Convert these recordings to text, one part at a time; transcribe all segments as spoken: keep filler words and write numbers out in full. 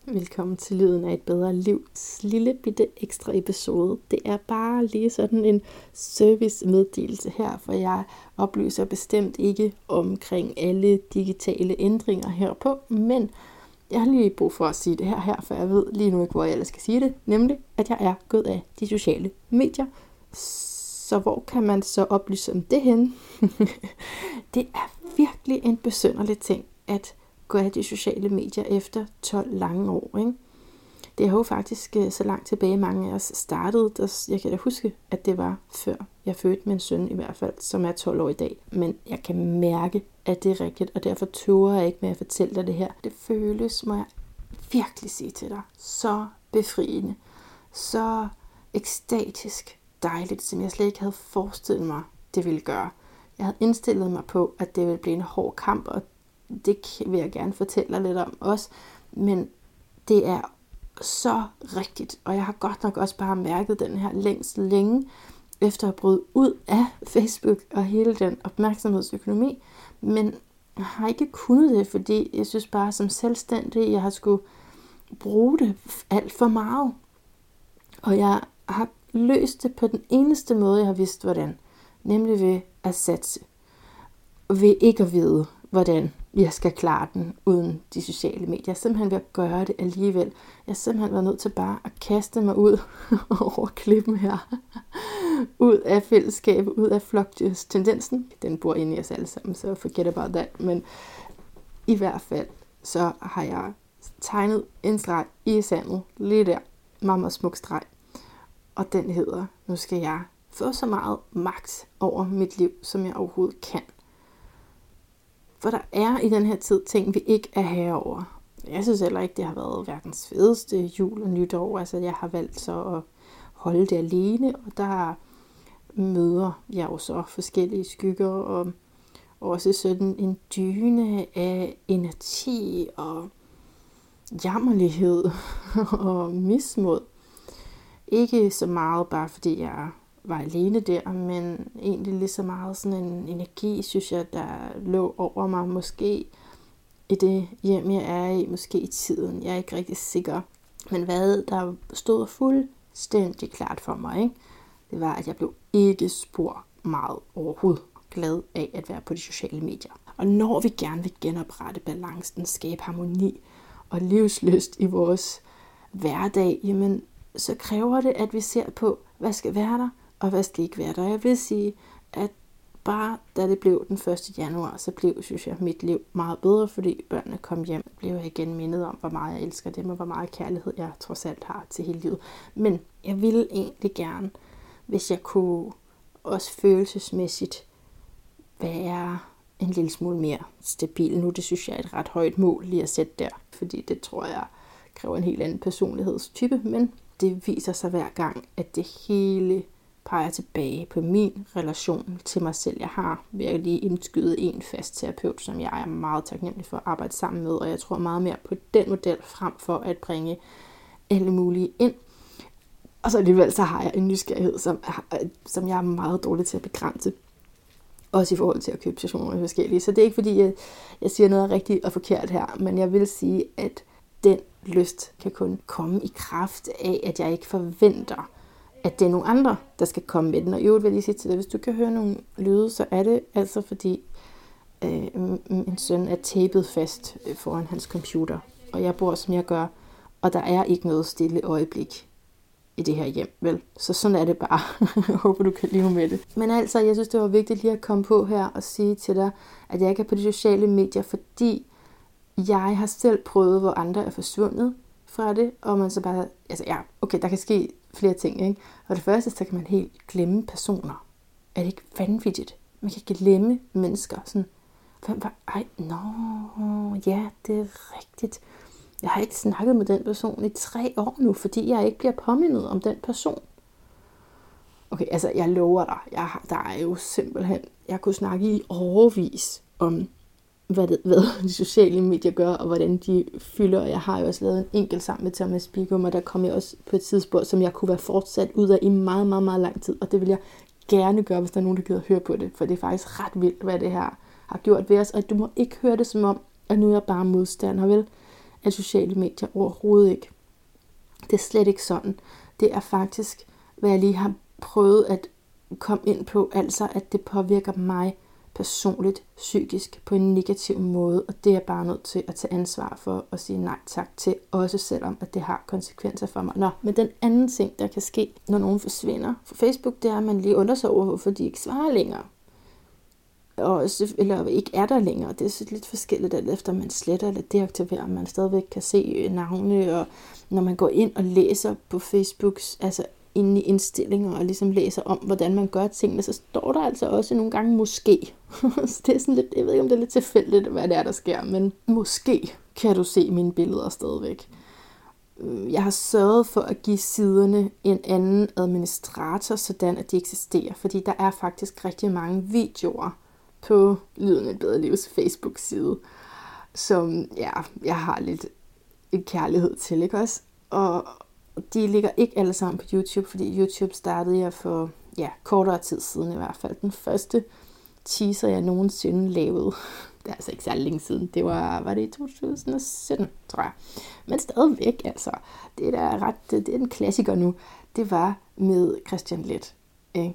Velkommen til Lyden af et bedre liv. Lille bitte ekstra episode. Det er bare lige sådan en servicemeddelelse her, for jeg oplyser bestemt ikke omkring alle digitale ændringer herpå, men jeg har lige brug for at sige det her, her, for jeg ved lige nu ikke, hvor jeg ellers skal sige det, nemlig at jeg er gået af de sociale medier. Så hvor kan man så oplyse om det henne? Det er virkelig en besynderlig ting, at gå af de sociale medier efter tolv lange år, ikke? Det er jo faktisk så langt tilbage, mange af os startede. Der, jeg kan da huske, at det var før jeg fødte min søn i hvert fald, som er tolv år i dag. Men jeg kan mærke, at det er rigtigt, og derfor tøver jeg ikke med at fortælle dig det her. Det føles, må jeg virkelig sige til dig, så befriende, så ekstatisk dejligt, som jeg slet ikke havde forestillet mig, det ville gøre. Jeg havde indstillet mig på, at det ville blive en hård kamp, og det vil jeg gerne fortælle dig lidt om også, men det er så rigtigt, og jeg har godt nok også bare mærket den her længst længe, efter at bryde ud af Facebook og hele den opmærksomhedsøkonomi, men jeg har ikke kunnet det, fordi jeg synes bare som selvstændig, jeg har skulle bruge det alt for meget, og jeg har løst det på den eneste måde, jeg har vidst hvordan, nemlig ved at satse, ved ikke at vide, hvordan jeg skal klare den uden de sociale medier. Jeg er simpelthen ved at gøre det alligevel. Jeg er simpelthen været nødt til bare at kaste mig ud over klippen her. Ud af fællesskabet, ud af floktendensen. Den bor inde i os alle sammen, så forget about that. Men i hvert fald, så har jeg tegnet en streg i sandet. Lige der. Meget, meget smuk streg. Og den hedder, nu skal jeg få så meget magt over mit liv, som jeg overhovedet kan. For der er i den her tid ting, vi ikke er herover. Jeg synes heller ikke, det har været verdens fedeste jul og nytår. Altså, jeg har valgt så at holde det alene, og der møder jeg jo så forskellige skygger, og også sådan en dyne af energi og jammerlighed og mismod. Ikke så meget bare fordi jeg var alene der, men egentlig lige så meget sådan en energi, synes jeg, der lå over mig, måske i det hjem, jeg er i, måske i tiden. Jeg er ikke rigtig sikker. Men hvad der stod fuldstændig klart for mig, ikke? Det var, at jeg blev ikke spor meget overhovedet glad af at være på de sociale medier. Og når vi gerne vil genoprette balancen, skabe harmoni og livslyst i vores hverdag, jamen, så kræver det, at vi ser på, hvad skal være der, og hvad skal ikke være der. Jeg vil sige, at bare da det blev den første januar, så blev, synes jeg, mit liv meget bedre, fordi børnene kom hjem. Blev jeg igen mindet om, hvor meget jeg elsker dem, og hvor meget kærlighed jeg trods alt har til hele livet. Men jeg ville egentlig gerne, hvis jeg kunne også følelsesmæssigt være en lille smule mere stabil. Nu det synes jeg er et ret højt mål lige at sætte der, fordi det tror jeg kræver en helt anden personlighedstype, men det viser sig hver gang, at det hele peger tilbage på min relation til mig selv. Jeg har virkelig indskydet en fast terapeut, som jeg er meget taknemmelig for at arbejde sammen med, og jeg tror meget mere på den model frem for at bringe alle mulige ind. Og så alligevel så har jeg en nysgerrighed, som, som jeg er meget dårlig til at begrænse. Også i forhold til at købe sessioner med forskellige. Så det er ikke fordi, jeg, jeg siger noget rigtigt og forkert her, men jeg vil sige, at den lyst kan kun komme i kraft af, at jeg ikke forventer, at det er nogle andre, der skal komme med den. Og i øvrigt vil jeg lige sige til dig, hvis du kan høre nogle lyde, så er det altså fordi øh, min søn er tapet fast foran hans computer. Og jeg bor, som jeg gør, og der er ikke noget stille øjeblik i det her hjem, vel? Så sådan er det bare. Jeg håber, du kan leve med det. Men altså, jeg synes, det var vigtigt lige at komme på her og sige til dig, at jeg ikke er på de sociale medier, fordi jeg har selv prøvet, hvor andre er forsvundet fra det, og man så bare, altså ja, okay, der kan ske flere ting, ikke? Og det første, så kan man helt glemme personer. Er det ikke vanvittigt? Man kan glemme mennesker, sådan, hvem var, ej, nå, ja, det er rigtigt. Jeg har ikke snakket med den person i tre år nu, fordi jeg ikke bliver påmindet om den person. Okay, altså, jeg lover dig, jeg har, der er jo simpelthen, jeg kunne snakke i årevis om, hvad, det, hvad de sociale medier gør, og hvordan de fylder. Jeg har jo også lavet en enkelt sammen med Thomas Bigum, og der kom jeg også på et tidspunkt, som jeg kunne være fortsat ud af i meget, meget, meget lang tid. Og det vil jeg gerne gøre, hvis der er nogen, der gider høre på det. For det er faktisk ret vildt, hvad det her har gjort ved os. Og du må ikke høre det som om, at nu er jeg bare modstander, vel? af sociale medier, overhovedet ikke. Det er slet ikke sådan. Det er faktisk, hvad jeg lige har prøvet at komme ind på, altså at det påvirker mig personligt, psykisk, på en negativ måde, og det er jeg bare nødt til at tage ansvar for og sige nej tak til, også selvom at det har konsekvenser for mig. Nå, men den anden ting, der kan ske, når nogen forsvinder fra Facebook, det er, at man lige undrer sig over, hvorfor de ikke svarer længere. Og, eller ikke er der længere. Det er så lidt forskelligt, alt efter man sletter eller deaktiverer, man stadigvæk kan se navne, og når man går ind og læser på Facebooks, altså inde i indstillinger og ligesom læser om, hvordan man gør tingene, så står der altså også nogle gange måske. Så det er sådan lidt, jeg ved ikke, om det er lidt tilfældigt, hvad det er, der sker, men måske kan du se mine billeder stadigvæk. Jeg har sørget for at give siderne en anden administrator, sådan at de eksisterer, fordi der er faktisk rigtig mange videoer på Lyden af et bedre livs Facebook-side, som ja, jeg har lidt en kærlighed til, ikke også? Og de ligger ikke alle sammen på YouTube, fordi YouTube startede jeg for ja, kortere tid siden i hvert fald. Den første teaser, jeg nogensinde lavede, det er altså ikke særlig længe siden, det var, var det i to tusind og sytten, tror jeg. Men stadigvæk, altså, det er, der ret, det er en klassiker nu, det var med Kristian Leth, ikke?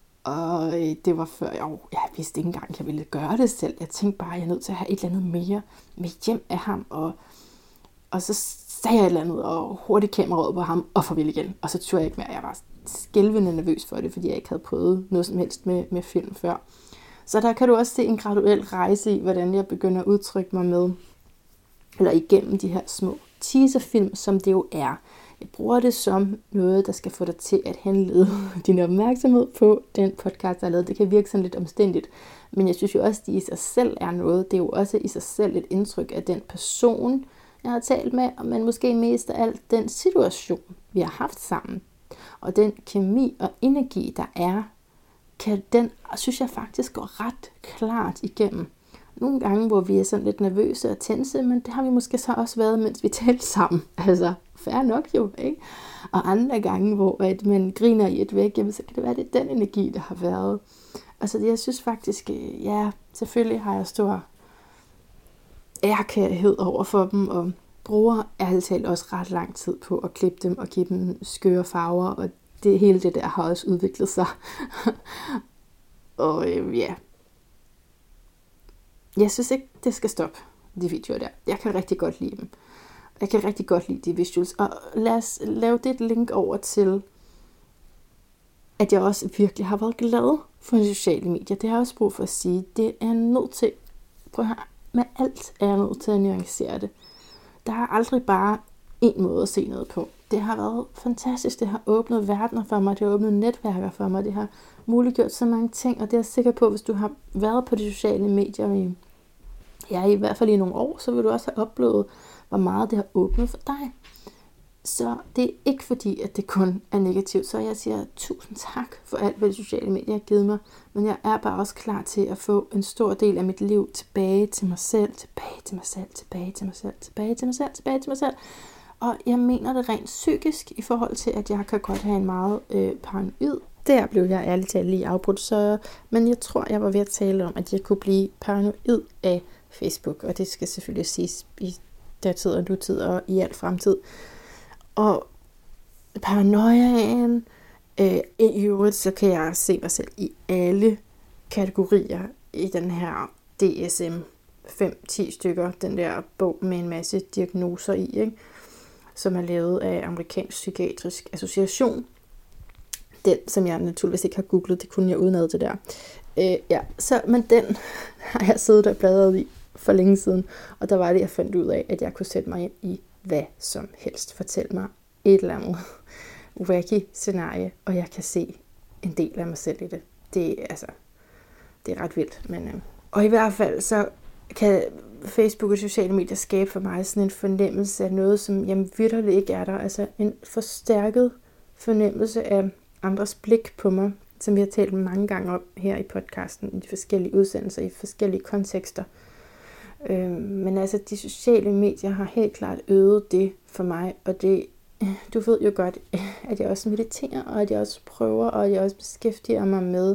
Og det var før, jeg, jeg vidste ikke engang, at jeg ville gøre det selv. Jeg tænkte bare, at jeg er nødt til at have et eller andet mere med hjem af ham. Og, og så sagde jeg et eller andet, og hurtigt kameraet på ham, og farvel igen. Og så turde jeg ikke mere. Jeg var skælvende nervøs for det, fordi jeg ikke havde prøvet noget som helst med, med film før. Så der kan du også se en graduel rejse i, hvordan jeg begynder at udtrykke mig med, eller igennem de her små teaserfilm, som det jo er. Jeg bruger det som noget, der skal få dig til at henlede din opmærksomhed på den podcast, der er lavet. Det kan virke sådan lidt omstændigt, men jeg synes jo også, at de i sig selv er noget. Det er jo også i sig selv et indtryk af den person, jeg har talt med, men måske mest af alt den situation, vi har haft sammen. Og den kemi og energi, der er, kan den, synes jeg faktisk går ret klart igennem. Nogle gange, hvor vi er sådan lidt nervøse og tense, men det har vi måske så også været, mens vi talte sammen. Altså, fair nok jo, ikke? Og andre gange, hvor at man griner i et væk, jamen, så kan det være, det er den energi, der har været. Altså, jeg synes faktisk, ja, selvfølgelig har jeg stor ærkærhed over for dem, og bruger ærligt talt også ret lang tid på at klippe dem og give dem skøre farver, og det hele det der har også udviklet sig. og øh, ja, jeg synes ikke, det skal stoppe, de videoer der. Jeg kan rigtig godt lide dem. Jeg kan rigtig godt lide de visuals. Og lad os lave det et link over til, at jeg også virkelig har været glad for sociale medier. Det har jeg også brug for at sige. Det er nødt til, prøv at høre, med alt er jeg nødt til at nuancere det. Der er aldrig bare en måde at se noget på. Det har været fantastisk. Det har åbnet verdener for mig. Det har åbnet netværker for mig. Det har muliggjort så mange ting. Og det er jeg sikker på, hvis du har været på de sociale medier i, ja, i hvert fald i nogle år, så vil du også have oplevet, hvor meget det har åbnet for dig. Så det er ikke fordi, at det kun er negativt. Så jeg siger tusind tak for alt, hvad de sociale medier har givet mig. Men jeg er bare også klar til at få en stor del af mit liv tilbage til mig selv. Tilbage til mig selv, tilbage til mig selv, tilbage til mig selv, tilbage til mig selv. Og jeg mener det rent psykisk i forhold til, at jeg kan godt have en meget øh, paranoid. Der blev jeg ærligt talt lige afbrudt. Så, men jeg tror, jeg var ved at tale om, at jeg kunne blive paranoid af Facebook. Og det skal selvfølgelig siges i datid og nutid og i al fremtid. Og paranoiaen, øh, i øvrigt, så kan jeg se mig selv i alle kategorier i den her D S M fem til ti stykker, den der bog med en masse diagnoser i, ikke? Som er lavet af Amerikansk Psykiatrisk Association. Den, som jeg naturligvis ikke har googlet, det kunne jeg udenad til der. Øh, ja, så, men den har jeg siddet og bladret i for længe siden, og der var det, jeg fandt ud af, at jeg kunne sætte mig ind i hvad som helst. Fortæl mig et eller andet wacky scenarie, og jeg kan se en del af mig selv i det. Det er altså, det er ret vildt. Men, øh. Og i hvert fald, så kan Facebook og sociale medier skabe for mig sådan en fornemmelse af noget, som jamen vitterligt ikke er der. Altså en forstærket fornemmelse af andres blik på mig, som vi har talt mange gange om her i podcasten, i de forskellige udsendelser, i forskellige kontekster. Øh, men altså, de sociale medier har helt klart øget det for mig, og det, du ved jo godt, at jeg også mediterer, og at jeg også prøver, og at jeg også beskæftiger mig med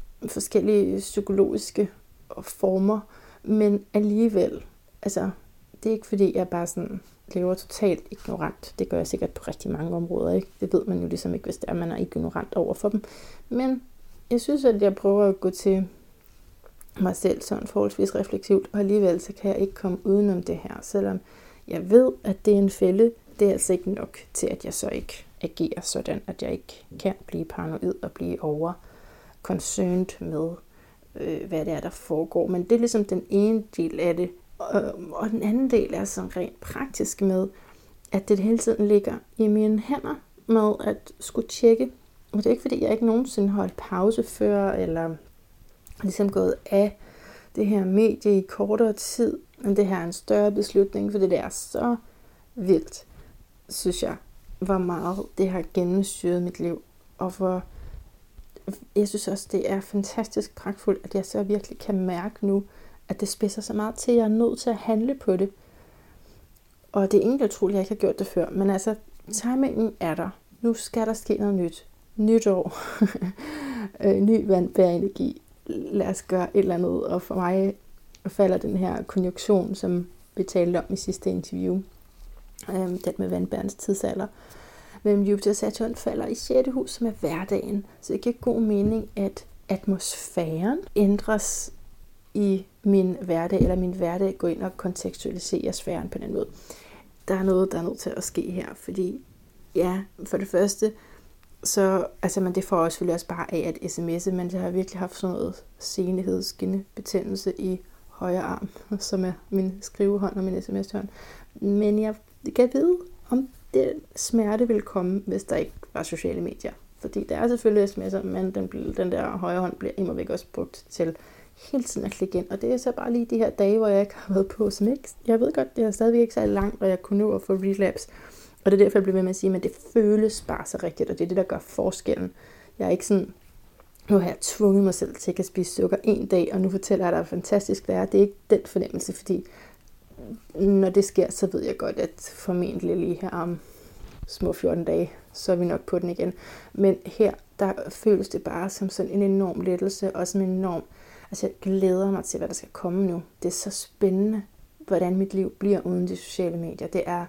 forskellige psykologiske former, men alligevel, altså, det er ikke fordi, jeg bare sådan lever totalt ignorant. Det gør jeg sikkert på rigtig mange områder, ikke? Det ved man jo ligesom ikke, hvis det er, man er ignorant over for dem. Men jeg synes, at jeg prøver at gå til mig selv sådan forholdsvis refleksivt, og alligevel så kan jeg ikke komme udenom det her, selvom jeg ved, at det er en fælde. Det er altså ikke nok til, at jeg så ikke agerer sådan, at jeg ikke kan blive paranoid og blive over concerned med, øh, hvad det er, der foregår. Men det er ligesom den ene del af det, og, og den anden del er sådan rent praktisk med, at det hele tiden ligger i mine hænder med at skulle tjekke. Og det er ikke, fordi jeg ikke nogensinde holdt pause før, eller ligesom gået af det her medie i kortere tid, men det her er en større beslutning, for det er så vildt, synes jeg, hvor meget det har gennemsyret mit liv, og hvor jeg synes også, det er fantastisk pragtfuldt, at jeg så virkelig kan mærke nu, at det spidser så meget til, at jeg er nødt til at handle på det. Og det er egentlig utroligt, at jeg ikke har gjort det før, men altså, timingen er der. Nu skal der ske noget nyt. Nytår. Ny vandbærenergi. Lad os gøre et eller andet, og for mig falder den her konjunktion, som vi talte om i sidste interview, øhm, den med vandbærens tidsalder, mellem Jupiter og Saturn, falder i sjette hus, som er hverdagen. Så det giver god mening, at atmosfæren ændres i min hverdag, eller min hverdag går ind og kontekstualiserer sfæren på den måde. Der er noget, der er nødt til at ske her, fordi ja, for det første, så, altså man det får også selvfølgelig også bare af at sms'e, men jeg har virkelig haft sådan noget senehedssskinnebetændelse i højre arm, som er min skrivehånd og min sms-hånd. Men jeg kan vide, om det smerte vil komme, hvis der ikke var sociale medier. Fordi der er selvfølgelig sms'er, men den, den der højre hånd bliver immer væk også brugt til hele tiden at klikke ind. Og det er så bare lige de her dage, hvor jeg ikke har været på som ikke. Jeg ved godt, det er stadigvæk ikke så langt, og jeg kunne nå at få relapse. Og det er derfor, jeg bliver ved med at sige, men det føles bare så rigtigt, og det er det, der gør forskellen. Jeg er ikke sådan, nu har jeg tvunget mig selv til at spise sukker en dag, og nu fortæller jeg dig, hvor fantastisk det er. Det er ikke den fornemmelse, fordi når det sker, så ved jeg godt, at formentlig lige her om små fjorten dage, så er vi nok på den igen. Men her, der føles det bare som sådan en enorm lettelse, og som en enorm, altså jeg glæder mig til, hvad der skal komme nu. Det er så spændende, hvordan mit liv bliver uden de sociale medier. Det er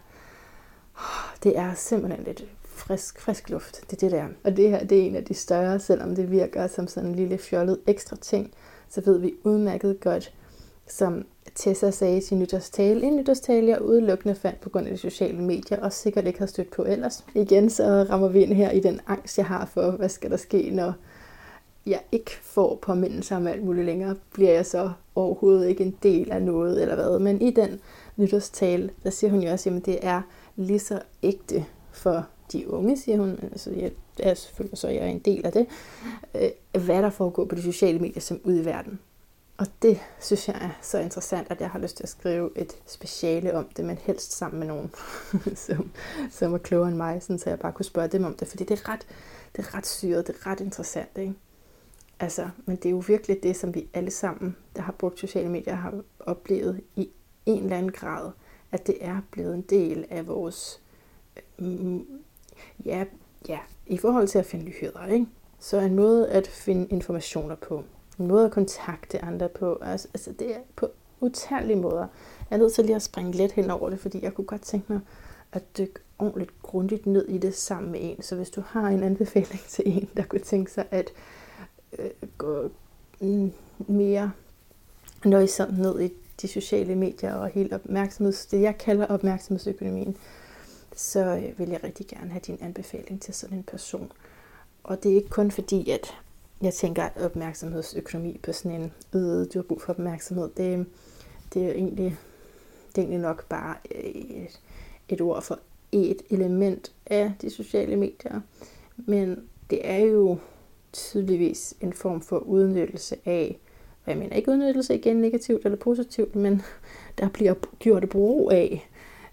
Det er simpelthen lidt frisk, frisk luft. Det er det der. Og det her, det er en af de større, selvom det virker som sådan en lille fjollet ekstra ting, så ved vi udmærket godt, som Tessa sagde i sin nytårstale. En nytårstale, jeg udelukkende fandt på grund af de sociale medier, og sikkert ikke har stødt på ellers. Igen så rammer vi ind her i den angst, jeg har for, hvad skal der ske, når jeg ikke får påmindelse om alt muligt længere. Bliver jeg så overhovedet ikke en del af noget, eller hvad? Men i den nytårstale, der siger hun jo også, at det er lige så ægte for de unge, siger hun. Altså, jeg er selvfølgelig så jeg er en del af det. Hvad der foregår på de sociale medier som ude i verden. Og det synes jeg er så interessant, at jeg har lyst til at skrive et speciale om det, men helst sammen med nogen, som, som er klogere end mig, sådan, så jeg bare kunne spørge dem om det. Fordi det er ret, det er ret syret, det er ret interessant, ikke? Altså, men det er jo virkelig det, som vi alle sammen, der har brugt sociale medier, har oplevet i en eller anden grad, at det er blevet en del af vores, øh, ja, ja, i forhold til at finde nyheder, ikke? Så en måde at finde informationer på, en måde at kontakte andre på, altså, altså det er på utallige måder. Jeg er nødt til lige at springe lidt hen over det, fordi jeg kunne godt tænke mig at dykke ordentligt grundigt ned i det sammen med en. Så hvis du har en anbefaling til en, der kunne tænke sig at øh, gå mm, mere nøjsomt ned i de sociale medier og hele opmærksomheds, det jeg kalder opmærksomhedsøkonomien, så øh, vil jeg rigtig gerne have din anbefaling til sådan en person. Og det er ikke kun fordi, at jeg tænker, at opmærksomhedsøkonomi på sådan en øget, du har brug for opmærksomhed, det, det er egentlig, det er egentlig nok bare et, et ord for et element af de sociale medier. Men det er jo tydeligvis en form for udnyttelse af, og jeg mener ikke udnyttelse igen negativt eller positivt, men der bliver gjort brug af,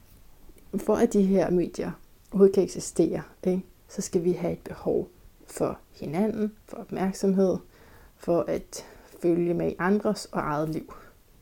for at de her medier overhovedet kan eksistere, ikke? Så skal vi have et behov for hinanden, for opmærksomhed, for at følge med i andres og eget liv.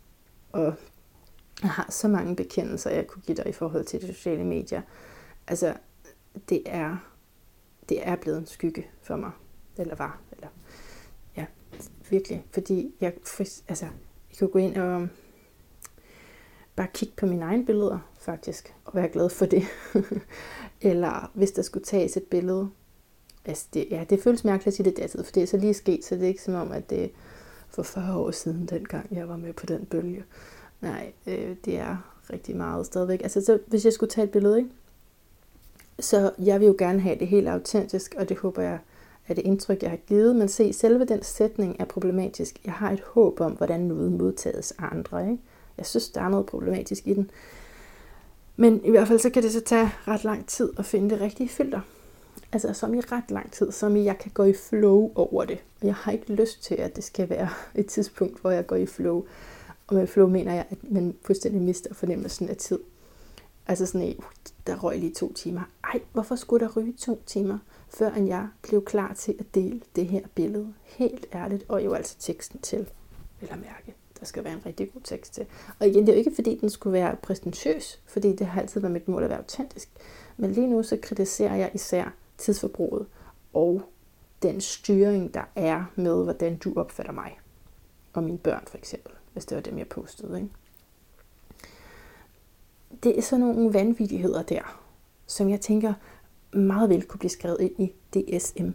Og jeg har så mange bekendelser, jeg kunne give dig i forhold til de sociale medier. Altså, det er, det er blevet en skygge for mig. Eller var. Eller, ja, virkelig. Fordi jeg, altså, jeg kan gå ind og bare kigge på mine egne billeder, faktisk, og være glad for det. Eller hvis der skulle tages et billede. Altså, det, ja, det føles mærkeligt at sige det datid, for det er så lige sket, så det er ikke som om, at det er for fyrre år siden, dengang jeg var med på den bølge. Nej, øh, det er rigtig meget stadigvæk. Altså, så, hvis jeg skulle tage et billede, ikke? Så jeg vil jo gerne have det helt autentisk, og det håber jeg er det indtryk, jeg har givet. Men se, selve den sætning er problematisk. Jeg har et håb om, hvordan noget modtages af andre, ikke? Jeg synes, der er noget problematisk i den. Men i hvert fald så kan det så tage ret lang tid at finde det rigtige filter. Altså som i ret lang tid, som i jeg kan gå i flow over det. Jeg har ikke lyst til, at det skal være et tidspunkt, hvor jeg går i flow. Og med flow mener jeg, at man fuldstændig mister fornemmelsen af tid. Altså sådan en, der røg lige to timer. Ej, hvorfor skulle der ryge to timer, før jeg blev klar til at dele det her billede? Helt ærligt, og jo altså teksten til, eller mærke. Der skal være en rigtig god tekst til. Og igen, det er jo ikke fordi, den skulle være præstentiøs, fordi det har altid været mit mål at være autentisk. Men lige nu så kritiserer jeg især tidsforbruget og den styring, der er med, hvordan du opfatter mig. Og mine børn for eksempel, hvis det var dem, jeg postede, ikke? Det er sådan nogle vanvittigheder der, som jeg tænker meget vel kunne blive skrevet ind i D S M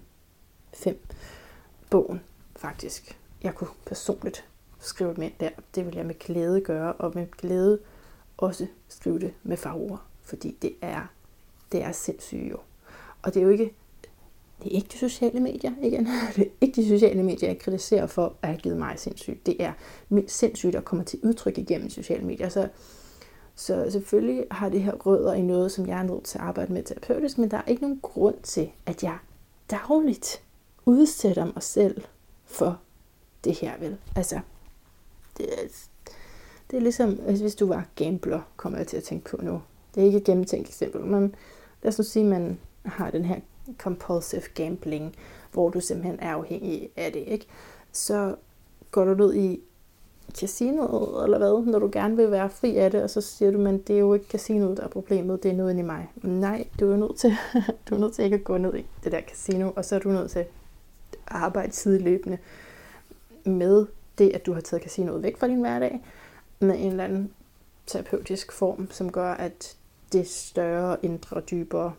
fem-bogen, faktisk. Jeg kunne personligt skrive det med der. Det vil jeg med glæde gøre, og med glæde også skrive det med farver, fordi det er, det er sindssygt jo. Og det er jo ikke, det er ikke de sociale medier, igen. Det er ikke de sociale medier, jeg kritiserer for at have givet mig sindssygt. Det er sindssygt, der kommer til udtryk igennem sociale medier. Så Så selvfølgelig har det her rødder i noget, som jeg er nødt til at arbejde med terapeutisk, men der er ikke nogen grund til, at jeg dagligt udsætter mig selv for det her, vel? Altså, det er, det er ligesom, altså hvis du var gambler, kommer jeg til at tænke på nu. Det er ikke et gennemtænkt eksempel, men lad os nu sige, at man har den her compulsive gambling, hvor du simpelthen er afhængig af det, ikke? Så går du ned i casinoet, eller hvad, når du gerne vil være fri af det, og så siger du, men det er jo ikke casinoet, der er problemet, det er noget inde i mig. Nej, du er nødt til, du er nødt til ikke at gå ned i det der casino, og så er du nødt til at arbejde sideløbende med det, at du har taget casinoet væk fra din hverdag, med en eller anden terapeutisk form, som gør, at det større, indre, dybere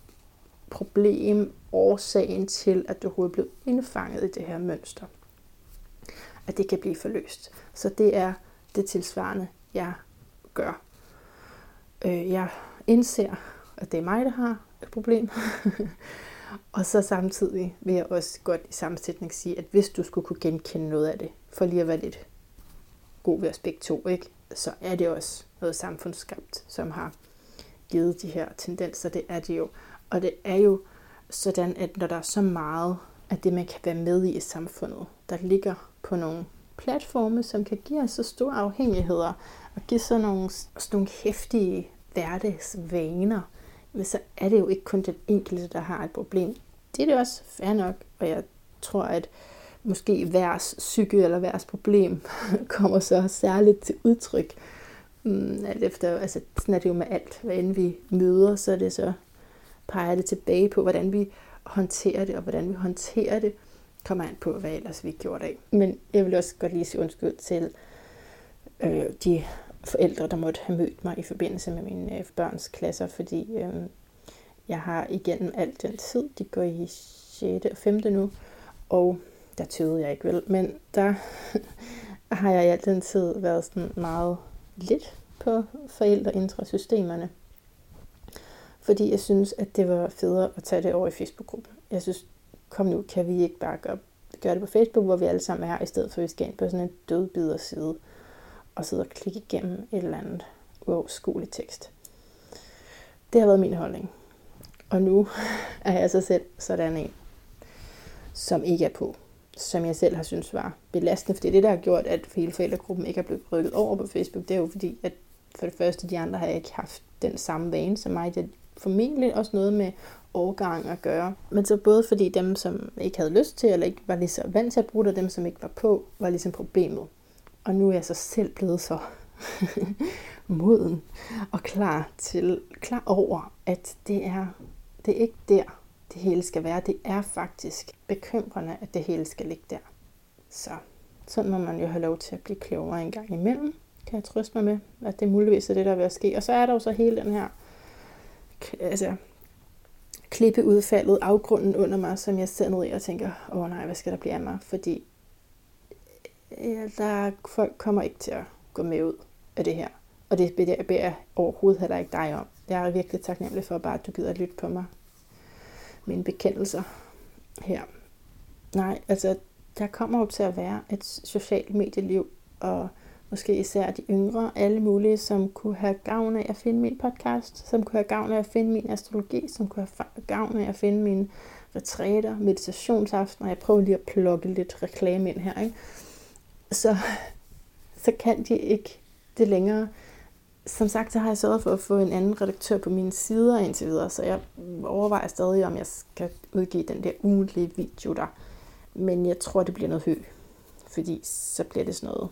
problem, årsagen til, at du overhovedet blev indfanget i det her mønster, at det kan blive forløst. Så det er det tilsvarende, jeg gør. Jeg indser, at det er mig, der har et problem. Og så samtidig vil jeg også godt i sammensætning sige, at hvis du skulle kunne genkende noget af det, for lige at være lidt god ved os begge to, ikke? Så er det også noget samfundsskabt, som har givet de her tendenser. Det er det jo. Og det er jo sådan, at når der er så meget af det, man kan være med i i samfundet, der ligger på nogle platforme, som kan give os så store afhængigheder, og give sådan nogle, sådan nogle hæftige hverdagsvaner, men så er det jo ikke kun den enkelte, der har et problem. Det er det også fair nok, og jeg tror, at måske hver psyke eller hver problem kommer så særligt til udtryk. Mm, alt efter, altså sådan er det jo med alt, hvad end vi møder, så er det så peger det tilbage på, hvordan vi håndterer det, og hvordan vi håndterer det, kommer an på, hvad ellers vi gjorde af. Men jeg vil også godt lige sige undskyld til øh, de forældre, der måtte have mødt mig i forbindelse med mine øh, børns klasser, fordi øh, jeg har igennem alt den tid, de går i sjette og femte nu, og der tøvede jeg ikke vel, men der har jeg i al den tid været sådan meget lidt på forældreintrasystemerne, fordi jeg synes, at det var federe at tage det over i Facebook-gruppen. Jeg synes, kom nu, kan vi ikke bare gøre, gøre det på Facebook, hvor vi alle sammen er, i stedet for at vi skal ind på sådan en dødbider side, og sidde og klikke igennem et eller andet uoverskueligt tekst. Det har været min holdning. Og nu er jeg så selv sådan en, som ikke er på, som jeg selv har synes var belastende, fordi det, der har gjort, at hele forældregruppen ikke er blevet rykket over på Facebook, det er jo fordi, at for det første, de andre har ikke haft den samme vane som mig. Det er formentlig også noget med årgang at gøre. Men så både fordi dem, som ikke havde lyst til, eller ikke var lige så vant til at bruge det, og dem, som ikke var på, var ligesom problemet. Og nu er jeg så selv blevet så moden og klar til, klar over, at det er, det er ikke der, det hele skal være. Det er faktisk bekymrende, at det hele skal ligge der. Så sådan må man jo have lov til at blive klogere en gang imellem. kan jeg trøste mig med, at det muligvis er det, der er ved at ske. Og så er der jo så hele den her, altså, klippeudfaldet, afgrunden under mig, som jeg sidder ned i og tænker, åh nej, hvad skal der blive af mig? Fordi ja, der, folk kommer ikke til at gå med ud af det her. Og det beder jeg overhovedet heller ikke dig om. Jeg er virkelig taknemmelig for bare, at du gider at lytte på mig. Mine bekendelser her. Nej, altså, der kommer jo til at være et socialt medieliv, og måske især de yngre, alle mulige, som kunne have gavn af at finde min podcast, som kunne have gavn af at finde min astrologi, som kunne have gavn af at finde mine retræter, meditationsaftener. Jeg prøver lige at plukke lidt reklame ind her, ikke? Så, så kan de ikke det længere. Som sagt, så har jeg sørget for at få en anden redaktør på mine sider indtil videre, så jeg overvejer stadig, om jeg skal udgive den der ugentlige video der. Men jeg tror, det bliver noget hø, fordi så bliver det sådan noget.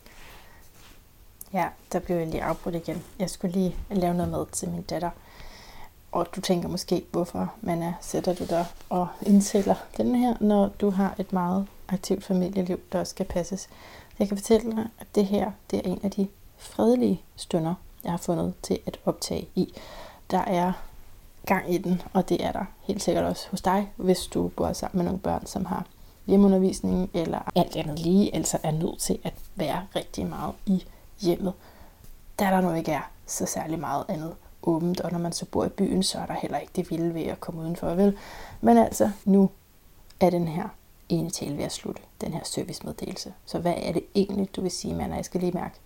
Ja, der blev jeg lige afbrudt igen. Jeg skulle lige lave noget mad til min datter. Og du tænker måske, hvorfor man er, sætter du der og indtæller den her, når du har et meget aktivt familieliv, der også skal passes. Jeg kan fortælle dig, at det her, det er en af de fredelige stunder, jeg har fundet til at optage i. Der er gang i den, og det er der helt sikkert også hos dig, hvis du bor sammen med nogle børn, som har hjemmeundervisning eller alt andet lige, altså er nødt til at være rigtig meget i hjemmet. Da der nu ikke er så særlig meget andet åbent, og når man så bor i byen, så er der heller ikke det vilde ved at komme udenfor, vel? Men altså, nu er den her ene tale ved at slutte, den her servicemeddelelse. Så hvad er det egentlig, du vil sige, Manna? Jeg skal lige mærke.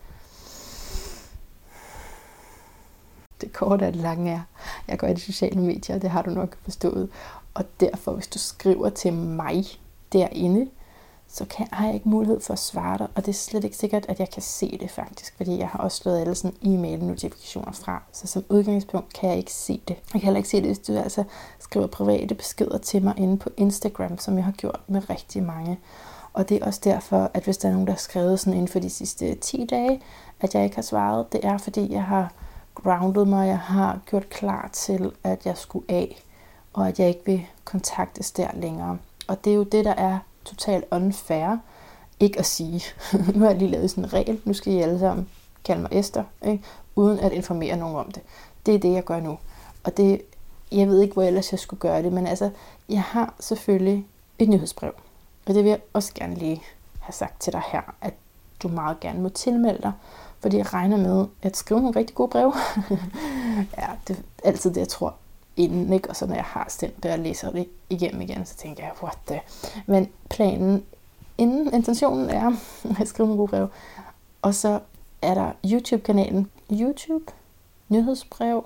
Det korte af det lange er, jeg går i de sociale medier, det har du nok forstået. Og derfor, hvis du skriver til mig derinde, så kan, har jeg ikke mulighed for at svare dig, og det er slet ikke sikkert, at jeg kan se det faktisk, fordi jeg har også slået alle sådan e-mail-notifikationer fra, så som udgangspunkt kan jeg ikke se det. Jeg kan heller ikke se det, hvis du altså skriver private beskeder til mig inde på Instagram, som jeg har gjort med rigtig mange. Og det er også derfor, at hvis der er nogen, der har skrevet sådan inden for de sidste ti dage, at jeg ikke har svaret, det er fordi, jeg har grounded mig, jeg har gjort klar til, at jeg skulle af, og at jeg ikke vil kontaktes der længere. Og det er jo det, der er totalt unfair, ikke at sige. Nu har jeg lige lavet sådan en regel, nu skal I alle sammen kalde mig Esther, ikke? Uden at informere nogen om det. Det er det, jeg gør nu. Og det, jeg ved ikke, hvor ellers jeg skulle gøre det, men altså, jeg har selvfølgelig et nyhedsbrev. Og det vil jeg også gerne lige have sagt til dig her, at du meget gerne må tilmelde dig, fordi jeg regner med at skrive nogle rigtig gode breve. Ja, det er altid det, jeg tror inden, ikke? Og så når jeg har stemt det og læser det igennem igen, så tænker jeg, what the? Men planen inden, intentionen er at skrive nogle gode breve. Og så er der YouTube-kanalen. YouTube, nyhedsbrev,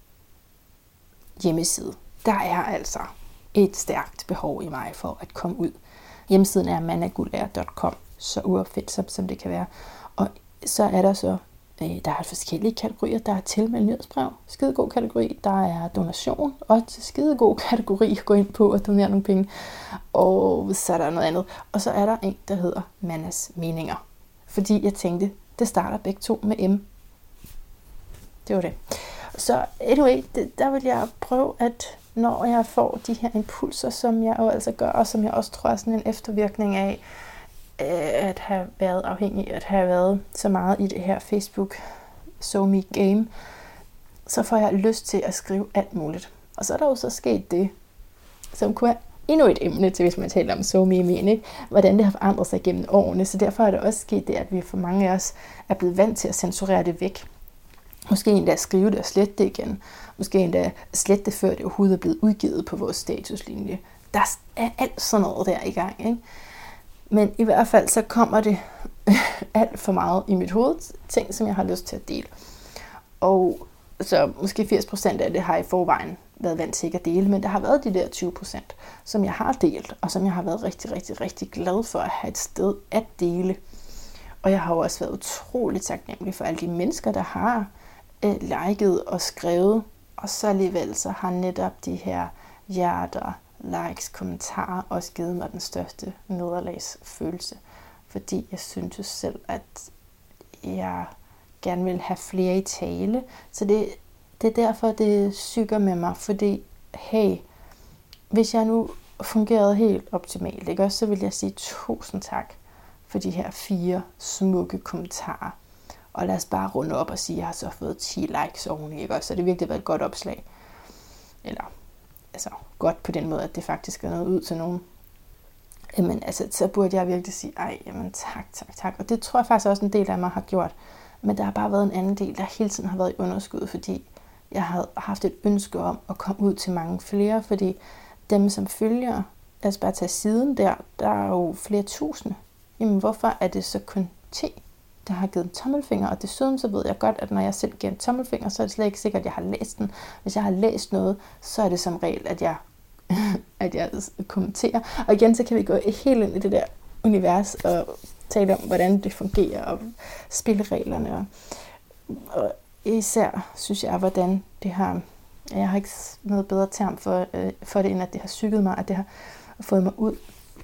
hjemmeside. Der er altså et stærkt behov i mig for at komme ud. Hjemmesiden er mannagulager punktum com, så uopfindsomt som det kan være. Og så er der så Der er forskellige kategorier. Der er tilmeldt nyhedsbrev, skidegod kategori. Der er donation, og til skidegod kategori at gå ind på og donere nogle penge. Og så er der noget andet. Og så er der en, der hedder Mannas Meninger. Fordi jeg tænkte, det starter begge to med M. Det var det. Så anyway, det, der vil jeg prøve, at når jeg får de her impulser, som jeg jo altså gør, og som jeg også tror er sådan en eftervirkning af, at have været afhængig, at have været så meget i det her Facebook SoMe game, så får jeg lyst til at skrive alt muligt. Og så er der jo så sket det, som kunne være endnu et emne til, hvis man taler om SoMe men, ikke? Hvordan det har forandret sig gennem årene. Så derfor er det også sket det, at vi for mange af os er blevet vant til at censurere det væk. Måske endda skrive det og slette det igen. Måske endda slette det, før det overhovedet er blevet udgivet på vores statuslinje. Der er alt sådan noget der i gang, ikke? Men i hvert fald så kommer det alt for meget i mit hoved, ting som jeg har lyst til at dele. Og så måske firs procent af det har i forvejen været vant til ikke at dele, men der har været de der tyve procent, som jeg har delt, og som jeg har været rigtig, rigtig, rigtig glad for at have et sted at dele. Og jeg har jo også været utroligt taknemmelig for alle de mennesker, der har øh, liket og skrevet, og så alligevel så har netop de her hjerter, likes, kommentarer også givet mig den største nederlagsfølelse. Fordi jeg synes jo selv, at jeg gerne vil have flere i tale. Så det, det er derfor, det syger med mig. Fordi, hey, hvis jeg nu fungerede helt optimalt, ikke også, så vil jeg sige tusind tak for de her fire smukke kommentarer. Og lad os bare runde op og sige, at jeg har så fået ti likes oveni, ikke også? Så det har virkelig været et godt opslag. Eller, altså, godt på den måde, at det faktisk er noget ud til nogen. Jamen, altså, så burde jeg virkelig sige, ej, jamen, tak, tak, tak. Og det tror jeg faktisk også en del af mig har gjort. Men der har bare været en anden del, der hele tiden har været i underskud, fordi jeg har haft et ønske om at komme ud til mange flere, fordi dem, som følger, lad os bare tage siden der, der er jo flere tusinde. Jamen, hvorfor er det så kun ti, der har givet en tommelfinger? Og desuden så ved jeg godt, at når jeg selv giver en tommelfinger, så er det slet ikke sikkert, at jeg har læst den. Hvis jeg har læst noget, så er det som regel, at jeg, at jeg kommenterer. Og igen, så kan vi gå helt ind i det der univers og tale om, hvordan det fungerer, og spillereglerne. Og, og især synes jeg, hvordan det har... Jeg har ikke noget bedre term for, øh, for det, end at det har psyket mig, at det har fået mig ud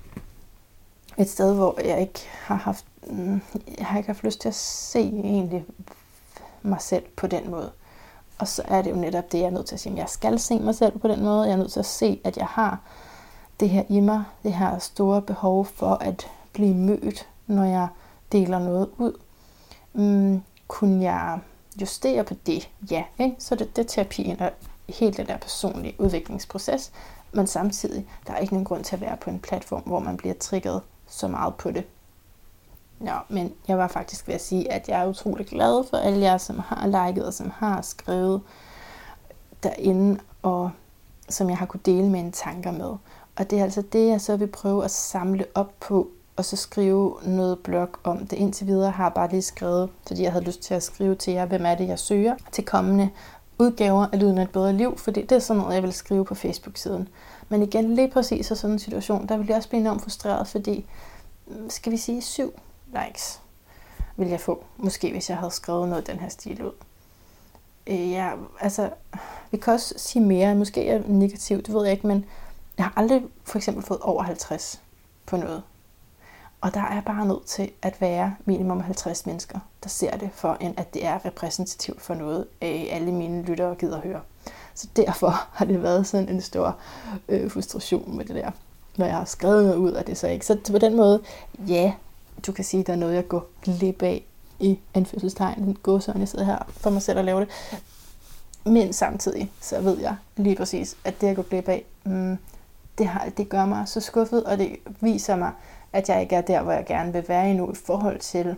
et sted, hvor jeg ikke har haft, mm, jeg har ikke haft lyst til at se egentlig mig selv på den måde. Og så er det jo netop det, jeg er nødt til at sige, at jeg skal se mig selv på den måde. Jeg er nødt til at se, at jeg har det her i mig, det her store behov for at blive mødt, når jeg deler noget ud. Mm, kunne jeg justere på det? Ja, ikke? Så det, det er terapien og helt den der personlige udviklingsproces, men samtidig, der er ikke nogen grund til at være på en platform, hvor man bliver trigget så meget på det. Ja, men jeg var faktisk ved at sige, at jeg er utrolig glad for alle jer, som har liket og som har skrevet derinde, og som jeg har kunne dele mine tanker med. Og det er altså det, jeg så vil prøve at samle op på, og så skrive noget blog om det. Indtil videre har jeg bare lige skrevet, fordi jeg havde lyst til at skrive til jer, hvem er det, jeg søger til kommende udgaver af Lyden af et bedre liv, fordi det er sådan noget, jeg vil skrive på Facebook-siden. Men igen, lige præcis i sådan en situation, der vil jeg også blive enormt frustreret, fordi, skal vi sige, syv likes vil jeg få, måske hvis jeg havde skrevet noget af den her stil ud. Øh, ja, altså, vi kan også sige mere, måske er negativt, det ved jeg ikke, men jeg har aldrig for eksempel fået over halvtreds på noget. Og der er bare nødt til at være minimum halvtreds mennesker, der ser det, for end at det er repræsentativt for noget, øh, alle mine lyttere gider høre. Så derfor har det været sådan en stor øh, frustration med det der, når jeg har skrevet noget ud af det så ikke. Så på den måde, ja, du kan sige, at der er noget, jeg går glip af i anførselstegn. Den gåsøjne, jeg sidder her for mig selv at lave det. Men samtidig, så ved jeg lige præcis, at det, jeg går glip af, mm, det, har, det gør mig så skuffet, og det viser mig, at jeg ikke er der, hvor jeg gerne vil være endnu i forhold til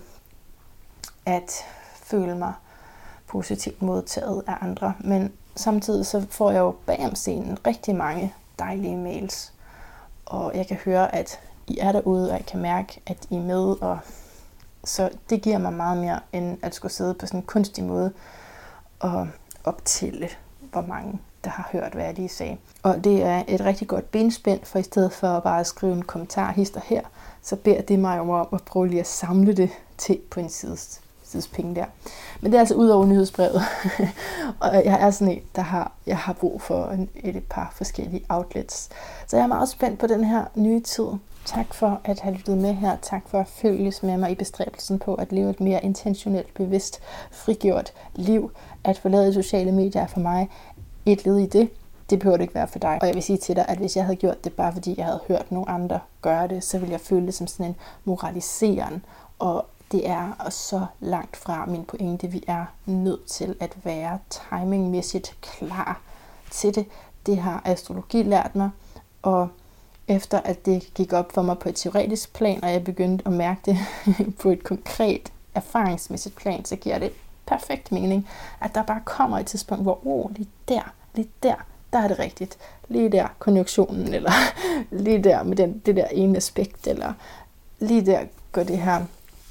at føle mig positivt modtaget af andre. Men samtidig så får jeg jo bag om scenen rigtig mange dejlige mails. Og jeg kan høre, at I er derude, og jeg kan mærke, at I er med. Og så det giver mig meget mere, end at skulle sidde på sådan en kunstig måde og optælle, hvor mange der har hørt, hvad jeg lige sagde. Og det er et rigtig godt benspænd, for i stedet for bare at skrive en kommentar hister her, så beder det mig om at prøve lige at samle det til på en sides, sides penge der. Men det er altså ud over nyhedsbrevet. Og jeg er sådan en, der har, jeg har brug for en, et, et par forskellige outlets. Så jeg er meget spændt på den her nye tid. Tak for at have lyttet med her. Tak for at følges med mig i bestræbelsen på at leve et mere intentionelt, bevidst, frigjort liv. At forlade sociale medier for mig et led i det. Det behøver det ikke være for dig. Og jeg vil sige til dig, at hvis jeg havde gjort det bare fordi jeg havde hørt nogle andre gøre det, så ville jeg føle det som sådan en moraliseren. Og det er så langt fra min pointe. Vi er nødt til at være timingmæssigt klar til det. Det har astrologi lært mig. Og efter at det gik op for mig på et teoretisk plan, og jeg begyndte at mærke det på et konkret erfaringsmæssigt plan, så giver det perfekt mening, at der bare kommer et tidspunkt, hvor oh, lige der, lige der, der er det rigtigt. Lige der konjunktionen, eller lige der med den, det der ene aspekt, eller lige der går det her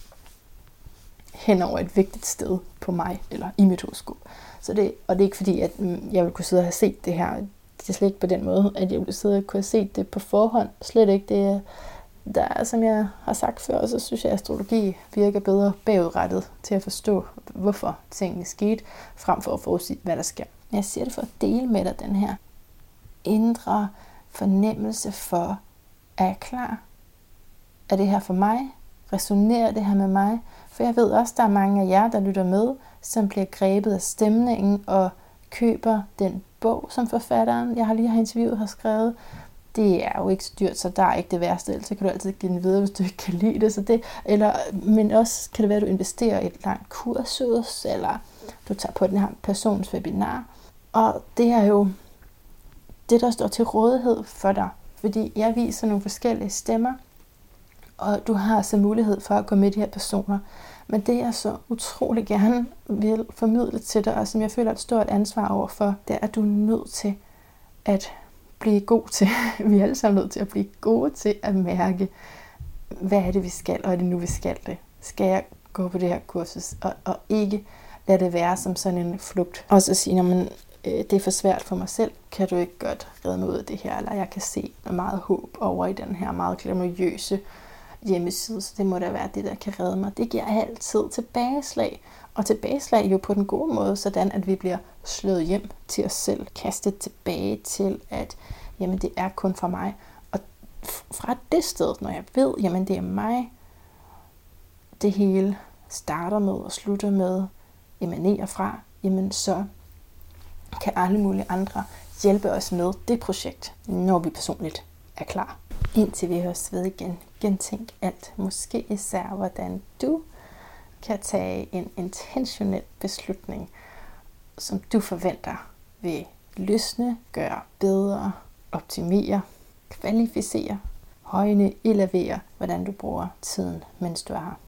hen over et vigtigt sted på mig, eller i mit horoskop. Så det, og det er ikke fordi, at jeg vil kunne sidde og have set det her. Det er slet ikke på den måde, at jeg ville sidde og kunne have set det på forhånd. Slet ikke. Det der er, som jeg har sagt før, så synes jeg, at astrologi virker bedre bagudrettet til at forstå, hvorfor tingene skete, frem for at forudsige, hvad der sker. Jeg siger det for at dele med dig den her indre fornemmelse for, er jeg klar? Er det her for mig? Resonerer det her med mig? For jeg ved også, der er mange af jer, der lytter med, som bliver grebet af stemningen og køber den bog, som forfatteren, jeg har lige har interviewet, har skrevet. det er jo ikke så dyrt, så der er ikke det værste, ellers kan du altid give den videre, hvis du ikke kan lide det. Så det eller, men også kan det være, at du investerer i et langt kursus, eller du tager på den her persons webinar. Og det er jo det, der står til rådighed for dig, fordi jeg viser nogle forskellige stemmer, og du har så mulighed for at gå med de her personer. Men det, jeg så utrolig gerne vil formidle til dig, og som jeg føler et stort ansvar overfor, det er, at du er nødt til at blive god til. Vi er alle sammen nødt til at blive gode til at mærke, hvad er det, vi skal, og er det nu, vi skal det. Skal jeg gå på det her kursus, og, og ikke lade det være som sådan en flugt. Og så sige, men det er for svært for mig selv, kan du ikke godt redde mig ud af det her, eller jeg kan se meget håb over i den her meget glamourøse hjemmeside, så det må da være det, der kan redde mig. Det giver altid tilbageslag, og tilbageslag jo på den gode måde, sådan at vi bliver slået hjem til os selv, kastet tilbage til, at jamen, det er kun for mig. Og fra det sted, når jeg ved, jamen det er mig, det hele starter med og slutter med, emanerer fra, jamen så kan alle mulige andre hjælpe os med det projekt, når vi personligt er klar. Indtil vi høres ved igen, gentænk alt, måske især hvordan du kan tage en intentionel beslutning, som du forventer vil løsne, gøre bedre, optimere, kvalificere, højne, elevere, hvordan du bruger tiden, mens du er her.